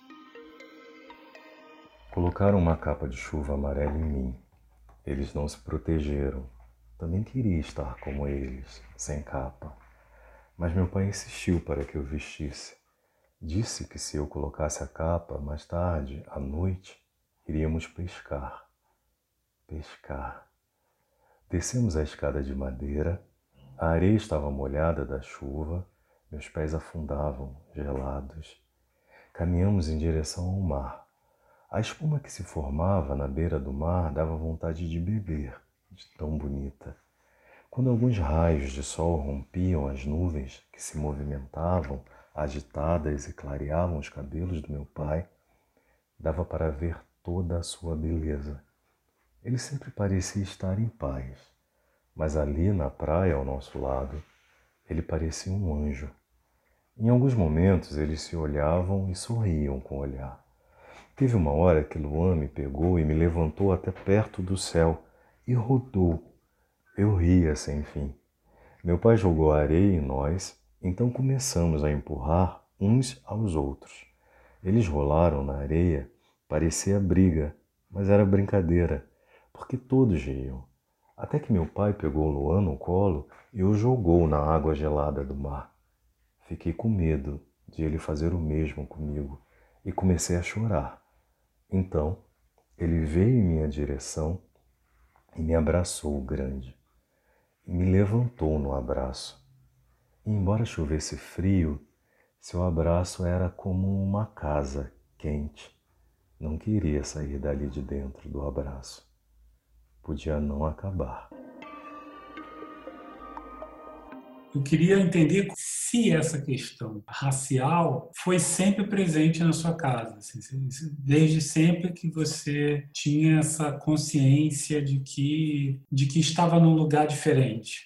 Colocaram uma capa de chuva amarela em mim. Eles não se protegeram. Também queria estar como eles, sem capa. Mas meu pai insistiu para que eu vestisse. Disse que se eu colocasse a capa, mais tarde, à noite, iríamos pescar. Pescar. Descemos a escada de madeira, a areia estava molhada da chuva Meus pés afundavam, gelados. Caminhamos em direção ao mar. A espuma que se formava na beira do mar dava vontade de beber, de tão bonita. Quando alguns raios de sol rompiam as nuvens que se movimentavam, agitadas e clareavam os cabelos do meu pai, dava para ver toda a sua beleza. Ele sempre parecia estar em paz, mas ali na praia ao nosso lado, ele parecia um anjo. Em alguns momentos eles se olhavam e sorriam com o olhar. Teve uma hora que Luan me pegou e me levantou até perto do céu e rodou. Eu ria sem fim. Meu pai jogou areia em nós, então começamos a empurrar uns aos outros. Eles rolaram na areia, parecia briga, mas era brincadeira, porque todos riam. Até que meu pai pegou Luan no colo e o jogou na água gelada do mar. Fiquei com medo de ele fazer o mesmo comigo e comecei a chorar. Então, ele veio em minha direção e me abraçou grande. E me levantou no abraço. E embora chovesse frio, seu abraço era como uma casa quente. Não queria sair dali de dentro do abraço. Podia não acabar. Eu queria entender se essa questão racial foi sempre presente na sua casa, assim, desde sempre que você tinha essa consciência de que, de que estava num lugar diferente.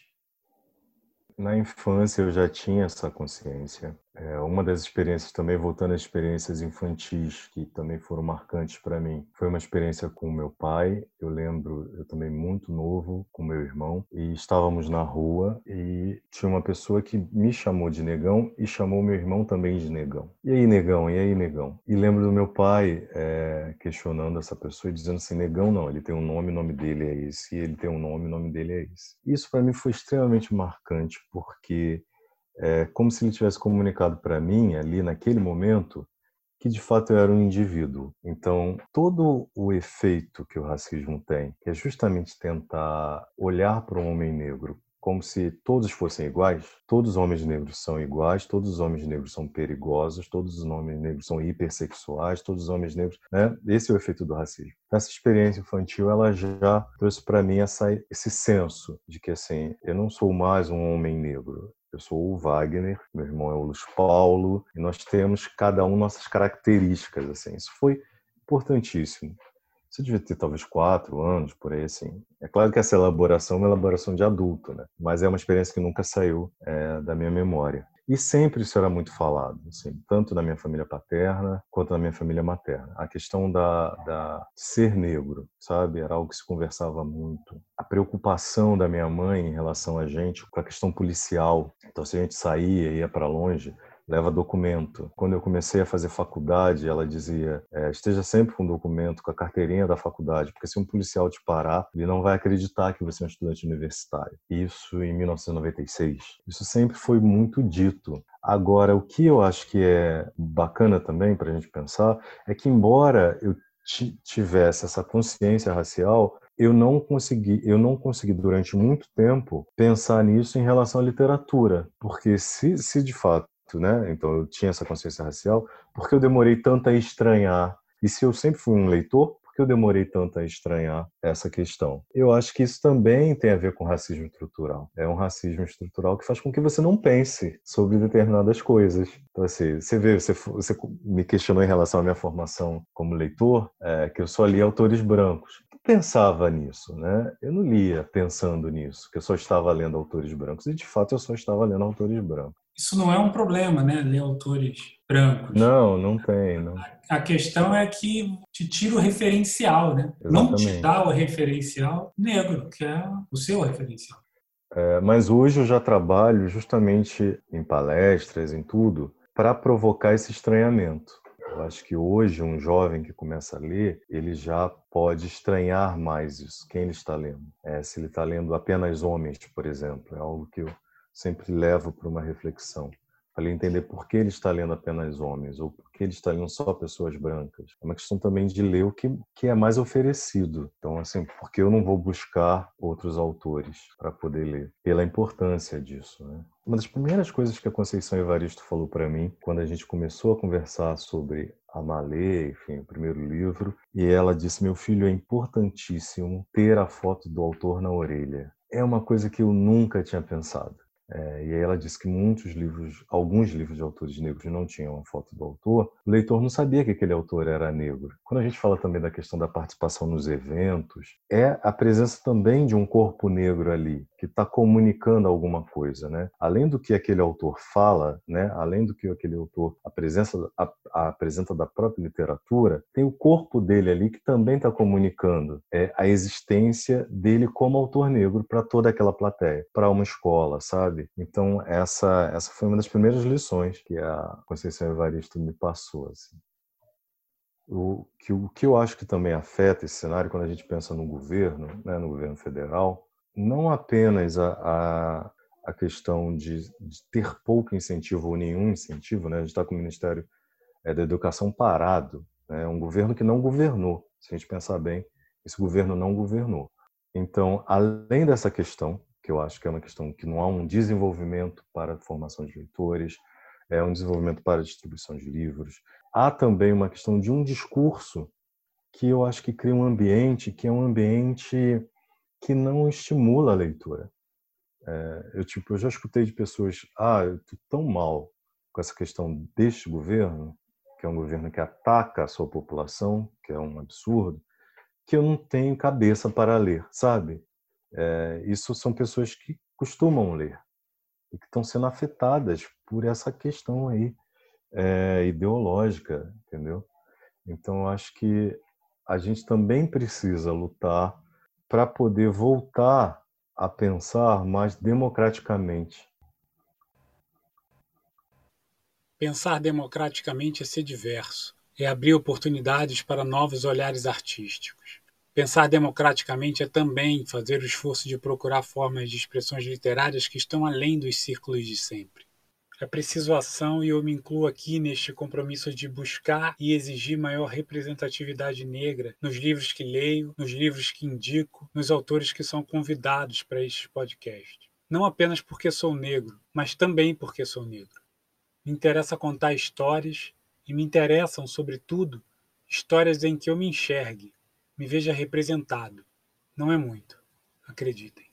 Na infância eu já tinha essa consciência. É, uma das experiências também, voltando às experiências infantis, que também foram marcantes para mim, foi uma experiência com meu pai. Eu lembro, eu também muito novo, com meu irmão, e estávamos na rua e tinha uma pessoa que me chamou de negão e chamou meu irmão também de negão. E aí, negão? E aí, negão? E lembro do meu pai é, questionando essa pessoa e dizendo assim, negão não, ele tem um nome, o nome dele é esse, e ele tem um nome, o nome dele é esse. Isso para mim foi extremamente marcante, porque é como se ele tivesse comunicado para mim, ali naquele momento, que de fato eu era um indivíduo. Então, todo o efeito que o racismo tem, que é justamente tentar olhar para um homem negro como se todos fossem iguais, todos os homens negros são iguais, todos os homens negros são perigosos, todos os homens negros são hipersexuais, todos os homens negros, né? Esse é o efeito do racismo. Essa experiência infantil, ela já trouxe para mim essa, esse senso de que, assim, eu não sou mais um homem negro. Eu sou o Wagner, meu irmão é o Luiz Paulo, e nós temos cada um nossas características, assim. Isso foi importantíssimo. Você devia ter talvez quatro anos, por aí, assim. É claro que essa elaboração é uma elaboração de adulto, né? Mas é uma experiência que nunca saiu é, da minha memória. E sempre isso era muito falado, assim, tanto na minha família paterna quanto na minha família materna. A questão da, da ser negro, sabe? Era algo que se conversava muito. A preocupação da minha mãe em relação a gente com a questão policial. Então, se a gente saía e ia para longe, leva documento. Quando eu comecei a fazer faculdade, ela dizia, é, esteja sempre com documento, com a carteirinha da faculdade, porque se um policial te parar, ele não vai acreditar que você é um estudante universitário. Isso em mil novecentos e noventa e seis. Isso sempre foi muito dito. Agora, o que eu acho que é bacana também para a gente pensar é que, embora eu tivesse essa consciência racial, eu não consegui, eu não consegui durante muito tempo pensar nisso em relação à literatura, porque se, se de fato, né? Então eu tinha essa consciência racial, porque eu demorei tanto a estranhar. E se eu sempre fui um leitor, por que eu demorei tanto a estranhar essa questão? Eu acho que isso também tem a ver com racismo estrutural. É um racismo estrutural que faz com que você não pense sobre determinadas coisas. Então, assim, você vê, você, você me questionou em relação à minha formação como leitor, é, que eu só li autores brancos. Eu pensava nisso, né? Eu não lia pensando nisso, que eu só estava lendo autores brancos. E, de fato, eu só estava lendo autores brancos. Isso não é um problema, né? Ler autores brancos. Não, não tem. Não. A questão é que te tira o referencial, né? Não te Exatamente. dá o referencial negro, que é o seu referencial. É, mas hoje eu já trabalho justamente em palestras, em tudo, para provocar esse estranhamento. Eu acho que hoje um jovem que começa a ler, ele já pode estranhar mais isso, quem ele está lendo. É, se ele está lendo apenas homens, por exemplo, é algo que eu sempre levo para uma reflexão. para ele entender por que ele está lendo apenas homens, ou por que ele está lendo só pessoas brancas. É uma questão também de ler o que, que é mais oferecido. Então, assim, porque eu não vou buscar outros autores para poder ler, pela importância disso, né? Uma das primeiras coisas que a Conceição Evaristo falou para mim, quando a gente começou a conversar sobre Amar Ler, enfim, o primeiro livro, e ela disse: meu filho, é importantíssimo ter a foto do autor na orelha. É uma coisa que eu nunca tinha pensado. É, e aí ela disse que muitos livros, alguns livros de autores negros não tinham a foto do autor. O leitor não sabia que aquele autor era negro. Quando a gente fala também da questão da participação nos eventos, é a presença também de um corpo negro ali, que está comunicando alguma coisa, né? Além do que aquele autor fala, né? Além do que aquele autor apresenta, a, a, apresenta da própria literatura, tem o corpo dele ali que também está comunicando é, a existência dele como autor negro para toda aquela plateia, para uma escola, sabe? Então, essa, essa foi uma das primeiras lições que a Conceição Evaristo me passou. Assim. O, que, o que eu acho que também afeta esse cenário, quando a gente pensa no governo, né, no governo federal, não apenas a, a, a questão de, de ter pouco incentivo ou nenhum incentivo, né? A gente está com o Ministério é, da Educação parado, né? Um governo que não governou. Se a gente pensar bem, esse governo não governou. Então, além dessa questão, que eu acho que é uma questão que não há um desenvolvimento para a formação de leitores, é um desenvolvimento para a distribuição de livros. Há também uma questão de um discurso que eu acho que cria um ambiente que é um ambiente que não estimula a leitura. É, eu, tipo, eu já escutei de pessoas, ah, eu estou tão mal com essa questão deste governo, que é um governo que ataca a sua população, que é um absurdo, que eu não tenho cabeça para ler, sabe? É, isso são pessoas que costumam ler e que estão sendo afetadas por essa questão aí é, ideológica, entendeu? Então, eu acho que a gente também precisa lutar para poder voltar a pensar mais democraticamente. Pensar democraticamente é ser diverso, é abrir oportunidades para novos olhares artísticos. Pensar democraticamente é também fazer o esforço de procurar formas de expressões literárias que estão além dos círculos de sempre. É preciso ação e eu me incluo aqui neste compromisso de buscar e exigir maior representatividade negra nos livros que leio, nos livros que indico, nos autores que são convidados para este podcast. Não apenas porque sou negro, mas também porque sou negro. Me interessa contar histórias e me interessam, sobretudo, histórias em que eu me enxergue, me veja representado. Não é muito, acreditem.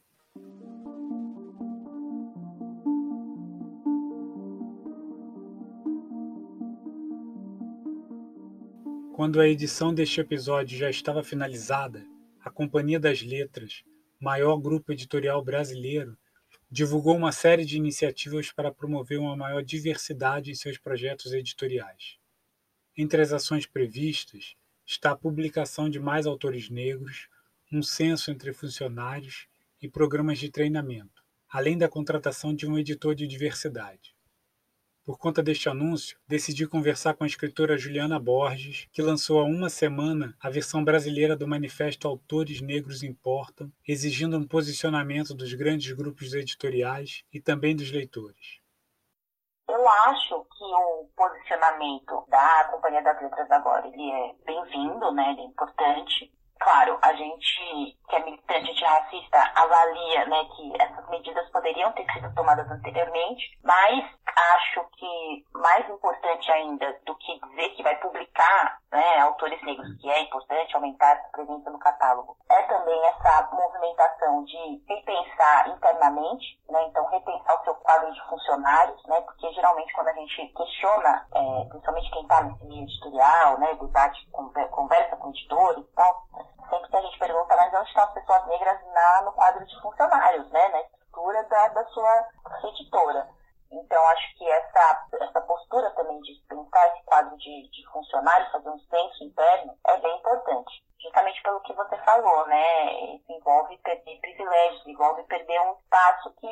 Quando a edição deste episódio já estava finalizada, a Companhia das Letras, maior grupo editorial brasileiro, divulgou uma série de iniciativas para promover uma maior diversidade em seus projetos editoriais. Entre as ações previstas está a publicação de mais autores negros, um censo entre funcionários e programas de treinamento, além da contratação de um editor de diversidade. Por conta deste anúncio, decidi conversar com a escritora Juliana Borges, que lançou há uma semana a versão brasileira do manifesto Autores Negros Importam, exigindo um posicionamento dos grandes grupos editoriais e também dos leitores. Eu acho que o posicionamento da Companhia das Letras agora ele é bem-vindo, né? Ele é importante. Claro, a gente, que é militante antirracista, avalia, né, que essas medidas poderiam ter sido tomadas anteriormente, mas acho que mais importante ainda do que dizer que vai publicar, né, autores negros, que é importante aumentar essa presença no catálogo, é também essa movimentação de repensar internamente, né, então repensar o seu quadro de funcionários, né, porque geralmente quando a gente questiona, é, principalmente quem está nesse meio editorial, né, debate, conversa com editores e tal, sempre que a gente pergunta, mas onde estão as pessoas negras na, no quadro de funcionários, né, na estrutura da, da sua editora. Então, acho que essa, essa postura também de pensar esse quadro de, de funcionários, fazer um censo interno, é bem importante. Justamente pelo que você falou, né, isso envolve perder privilégios, envolve perder um espaço que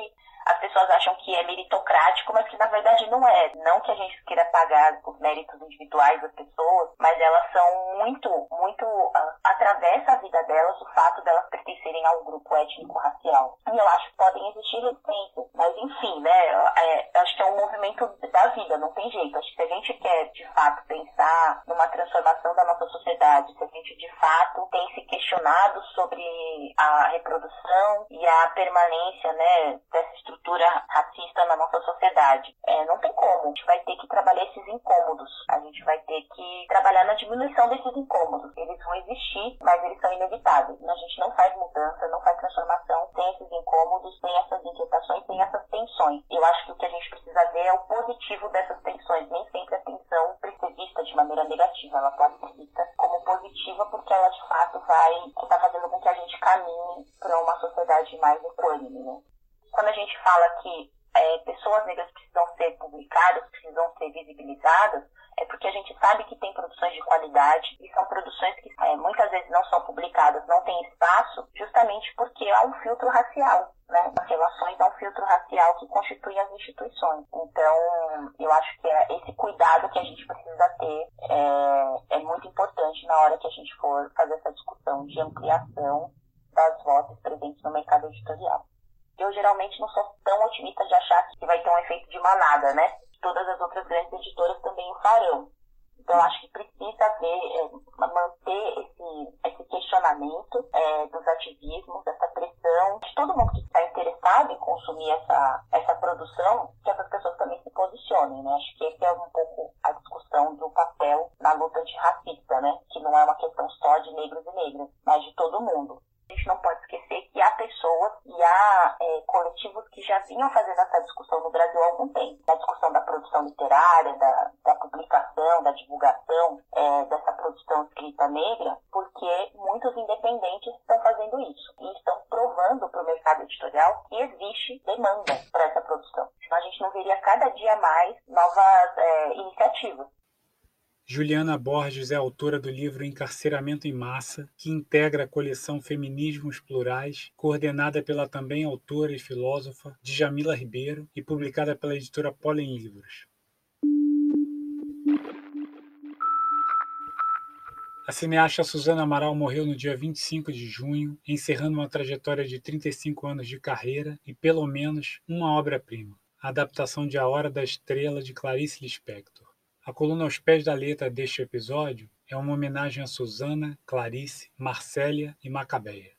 as pessoas acham que é meritocrático, mas que na verdade não é. Não que a gente queira pagar os méritos individuais das pessoas, mas elas são muito, muito, uh, atravessa a vida delas o fato delas pertencerem a um grupo étnico-racial. E eu acho que podem existir resistências, mas enfim, né, é, acho que é um movimento da vida, não tem jeito. Acho que se a gente quer, de fato, pensar numa transformação da nossa sociedade, se a gente, de fato, tem se questionado sobre a reprodução e a permanência, né, dessa estrutura racista na nossa sociedade, é, não tem como. A gente vai ter que trabalhar esses incômodos. A gente vai ter que trabalhar na diminuição desses incômodos. Eles vão existir, mas eles são inevitáveis. A gente não faz mudança, não faz transformação sem esses incômodos, sem essas inquietações, sem essas tensões. Eu acho que o que a gente precisa ver é o positivo dessas tensões. Nem sempre a tensão precisa ser vista de maneira negativa. Ela pode ser vista como positiva porque ela, de fato, vai estar fazendo com que a gente caminhe para uma sociedade mais equânime, né? Quando a gente fala que é, pessoas negras precisam ser publicadas, precisam ser visibilizadas, é porque a gente sabe que tem produções de qualidade e são produções que é, muitas vezes não são publicadas, não têm espaço, justamente porque há um filtro racial, né? As relações há um filtro racial que constitui as instituições. Então, eu acho que é esse cuidado que a gente precisa ter é, é muito importante na hora que a gente for fazer essa discussão de ampliação das vozes presentes no mercado editorial. Eu geralmente não sou tão otimista de achar que vai ter um efeito de manada, né? Todas as outras grandes editoras também o farão. Então, eu acho que precisa haver, é, manter esse, esse questionamento é, dos ativismos, essa pressão de todo mundo que está interessado em consumir essa, essa produção, que essas pessoas também se posicionem, né? Acho que esse é um pouco a discussão do papel na luta antirracista, né? Que não é uma questão só de negros e negras, mas de todo mundo. A gente não pode esquecer que há pessoas e há é, coletivos que já vinham fazendo essa discussão no Brasil há algum tempo. A discussão da produção literária, da, da publicação, da divulgação é, dessa produção escrita negra, porque muitos independentes estão fazendo isso e estão provando para o mercado editorial que existe demanda para essa produção. Senão a gente não veria cada dia mais novas é, iniciativas. Juliana Borges é autora do livro Encarceramento em Massa, que integra a coleção Feminismos Plurais, coordenada pela também autora e filósofa Djamila Ribeiro e publicada pela editora Pollen Livros. A cineasta Suzana Amaral morreu no dia vinte e cinco de junho, encerrando uma trajetória de trinta e cinco anos de carreira e pelo menos uma obra-prima, a adaptação de A Hora da Estrela de Clarice Lispector. A coluna Aos Pés da Letra deste episódio é uma homenagem a Suzana, Clarice, Marcélia e Macabeia.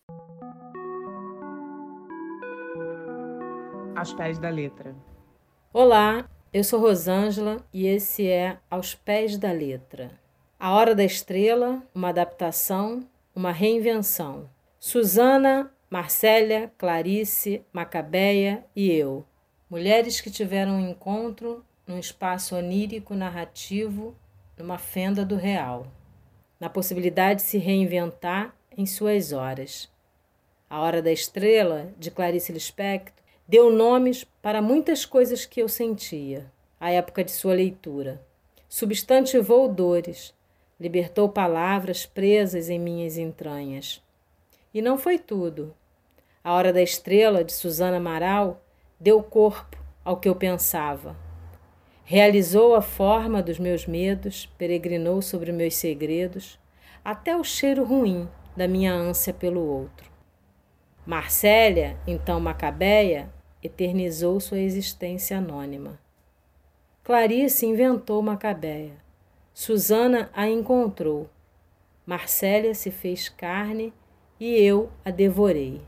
Aos Pés da Letra. Olá, eu sou Rosângela e esse é Aos Pés da Letra. A Hora da Estrela, uma adaptação, uma reinvenção. Suzana, Marcélia, Clarice, Macabeia e eu. Mulheres que tiveram um encontro num espaço onírico narrativo, numa fenda do real, na possibilidade de se reinventar em suas horas. A Hora da Estrela, de Clarice Lispector, deu nomes para muitas coisas que eu sentia, à época de sua leitura. Substantivou dores, libertou palavras presas em minhas entranhas. E não foi tudo. A Hora da Estrela, de Suzana Amaral, deu corpo ao que eu pensava. Realizou a forma dos meus medos, peregrinou sobre meus segredos, até o cheiro ruim da minha ânsia pelo outro. Marcélia, então Macabeia, eternizou sua existência anônima. Clarice inventou Macabeia. Suzana a encontrou. Marcélia se fez carne e eu a devorei.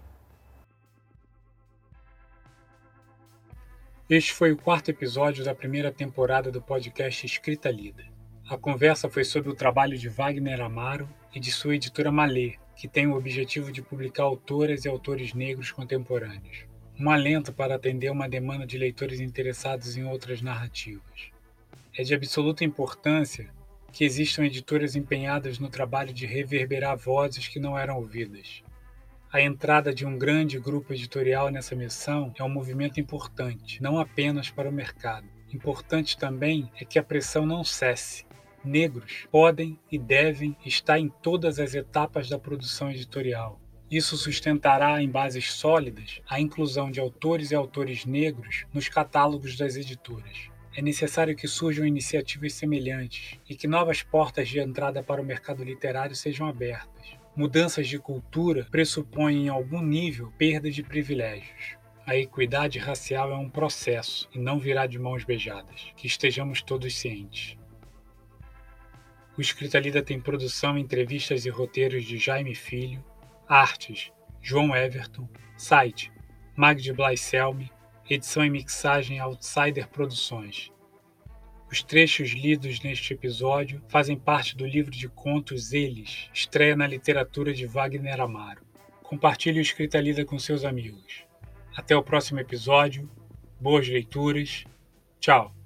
Este foi o quarto episódio da primeira temporada do podcast Escrita Lida. A conversa foi sobre o trabalho de Wagner Amaro e de sua editora Malê, que tem o objetivo de publicar autoras e autores negros contemporâneos. Um alento para atender uma demanda de leitores interessados em outras narrativas. É de absoluta importância que existam editoras empenhadas no trabalho de reverberar vozes que não eram ouvidas. A entrada de um grande grupo editorial nessa missão é um movimento importante, não apenas para o mercado. Importante também é que a pressão não cesse. Negros podem e devem estar em todas as etapas da produção editorial. Isso sustentará em bases sólidas a inclusão de autores e autores negros nos catálogos das editoras. É necessário que surjam iniciativas semelhantes e que novas portas de entrada para o mercado literário sejam abertas. Mudanças de cultura pressupõem em algum nível perda de privilégios. A equidade racial é um processo e não virá de mãos beijadas. Que estejamos todos cientes. O Escrita Lida tem produção, entrevistas e roteiros de Jaime Filho, artes João Everton, site Magdi Blaiselmi, edição e mixagem Outsider Produções. Os trechos lidos neste episódio fazem parte do livro de contos Eles, estreia na literatura de Wagner Amaro. Compartilhe o Escrita Lida com seus amigos. Até o próximo episódio, boas leituras, tchau!